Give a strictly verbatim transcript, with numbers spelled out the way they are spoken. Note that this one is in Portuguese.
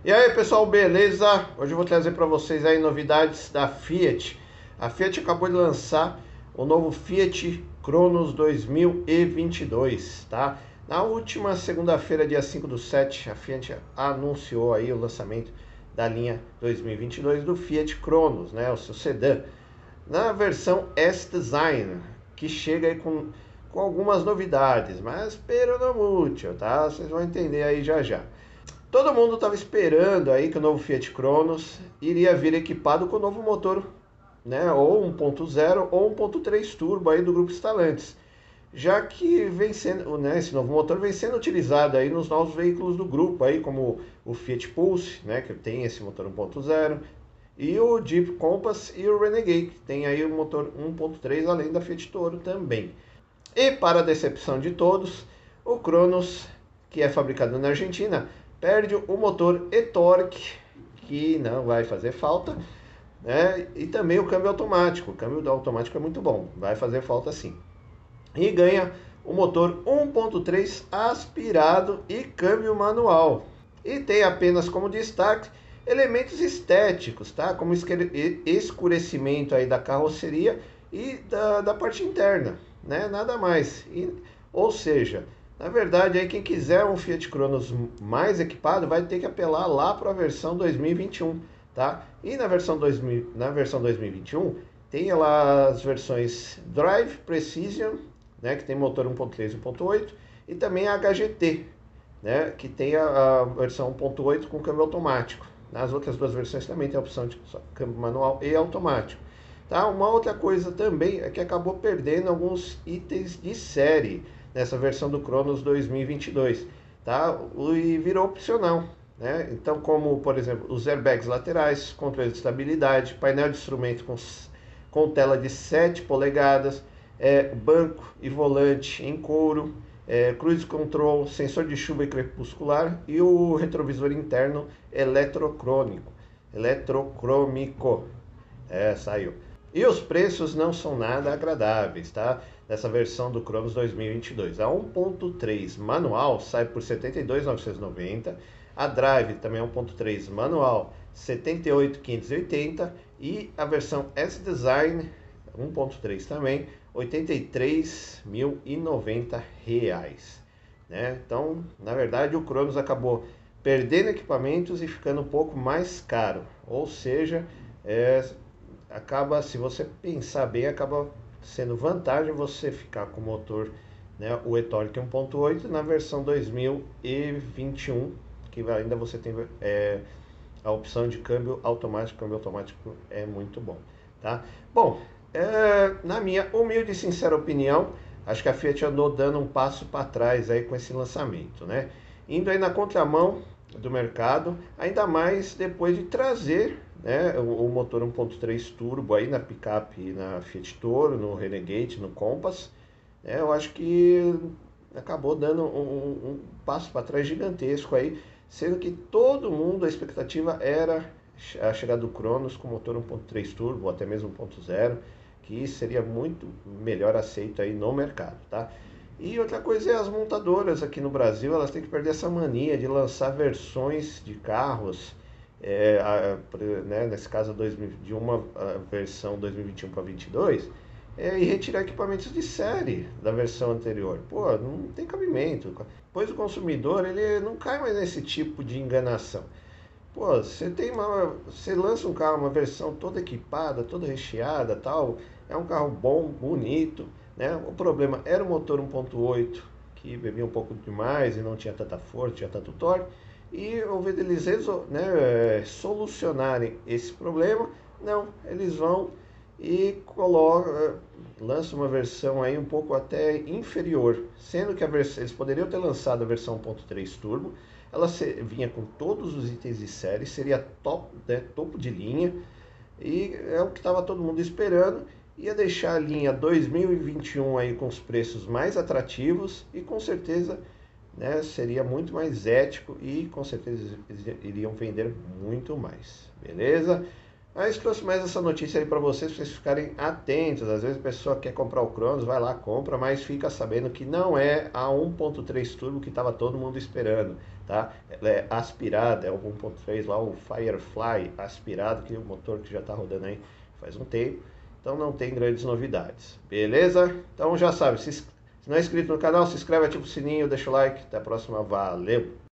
E aí pessoal, beleza? Hoje eu vou trazer para vocês aí novidades da Fiat. A Fiat acabou de lançar o novo Fiat Cronos dois mil e vinte e dois, tá? Na última segunda-feira, dia cinco do sete, a Fiat anunciou aí o lançamento da linha dois mil e vinte e dois do Fiat Cronos, né? O seu sedã, na versão S-Design, que chega aí com, com algumas novidades, mas pero no mucho, tá? Vocês vão entender aí já já. Todo mundo estava esperando aí que o novo Fiat Cronos iria vir equipado com o novo motor, né, ou um ponto zero ou um ponto três turbo aí do grupo Stellantis, já que vem sendo, né, esse novo motor vem sendo utilizado aí nos novos veículos do grupo aí, como o Fiat Pulse, né, que tem esse motor um ponto zero, e o Jeep Compass e o Renegade, que tem aí o motor um ponto três, além da Fiat Toro também. E para a decepção de todos, o Cronos, que é fabricado na Argentina, perde o motor e-torque, que não vai fazer falta, né? E também o câmbio automático. O câmbio automático é muito bom, vai fazer falta sim. E ganha o motor um ponto três aspirado e câmbio manual. E tem apenas como destaque elementos estéticos, tá? Como escurecimento aí da carroceria e da, da parte interna, né? Nada mais. E, ou seja, na verdade, aí quem quiser um Fiat Cronos mais equipado vai ter que apelar lá para a versão dois mil e vinte e um, tá? E na versão, dois mil, na versão dois mil e vinte e um tem lá as versões Drive Precision, né, que tem motor um ponto três e um ponto oito, e também a H G T, né, que tem a, a versão um ponto oito com câmbio automático. Nas outras duas versões também tem a opção de câmbio manual e automático. Tá? Uma outra coisa também é que acabou perdendo alguns itens de série nessa versão do Cronos dois mil e vinte e dois, tá? E virou opcional, né? Então, como por exemplo, os airbags laterais, controle de estabilidade, painel de instrumento com, com tela de sete polegadas, é, banco e volante em couro, é, cruise control, sensor de chuva e crepuscular e o retrovisor interno eletrocrônico, eletrocrômico, é, saiu. E os preços não são nada agradáveis, tá? Nessa versão do Cronos dois mil e vinte e dois. A um ponto três manual sai por setenta e dois mil novecentos e noventa. A Drive também é um ponto três manual, setenta e oito mil quinhentos e oitenta. E a versão S-Design um ponto três também, oitenta e três mil e noventa reais. Né? Então, na verdade, o Cronos acabou perdendo equipamentos e ficando um pouco mais caro. Ou seja, é... acaba, se você pensar bem, acaba sendo vantagem você ficar com o motor, né, o e-torque um ponto oito na versão dois mil e vinte e um, que ainda você tem é, a opção de câmbio automático. Câmbio automático é muito bom, tá? Bom, é, na minha humilde e sincera opinião, acho que a Fiat andou dando um passo para trás aí com esse lançamento, né? Indo aí na contramão do mercado, ainda mais depois de trazer, né, o, o motor um ponto três turbo aí na picape, na Fiat Toro, no Renegade, no Compass, né, eu acho que acabou dando um, um passo para trás gigantesco aí, sendo que todo mundo, a expectativa era a chegada do Cronos com motor um ponto três turbo, ou até mesmo um ponto zero, que seria muito melhor aceito aí no mercado, tá? E outra coisa é as montadoras aqui no Brasil, elas têm que perder essa mania de lançar versões de carros, é, a, né, nesse caso dois mil, de uma versão dois mil e vinte e um para vinte e dois, é, e retirar equipamentos de série da versão anterior. Pô, não tem cabimento, pois o consumidor ele não cai mais nesse tipo de enganação. Pô, você tem uma, você lança um carro, uma versão toda equipada, toda recheada, tal, é um carro bom, bonito, né? O problema era o motor um ponto oito, que bebia um pouco demais e não tinha tanta força, tinha tanto torque. E ao invés deles, né, solucionarem esse problema, não, eles vão e colocam, lançam uma versão aí um pouco até inferior, sendo que a versão, eles poderiam ter lançado a versão um ponto três turbo. Ela vinha com todos os itens de série, seria top, né, topo de linha, e é o que estava todo mundo esperando. Ia deixar a linha dois mil e vinte e um aí com os preços mais atrativos e com certeza, né, seria muito mais ético e com certeza eles iriam vender muito mais, beleza? Mas trouxe mais essa notícia aí para vocês, pra vocês ficarem atentos. Às vezes a pessoa quer comprar o Cronos, vai lá, compra, mas fica sabendo que não é a um ponto três turbo que estava todo mundo esperando, tá? Ela é aspirada, é o um ponto três lá, o Firefly aspirado, que é o motor que já está rodando aí faz um tempo. Então não tem grandes novidades, beleza? Então já sabe, se, se não é inscrito no canal, se inscreve, ativa o sininho, deixa o like. Até a próxima, valeu!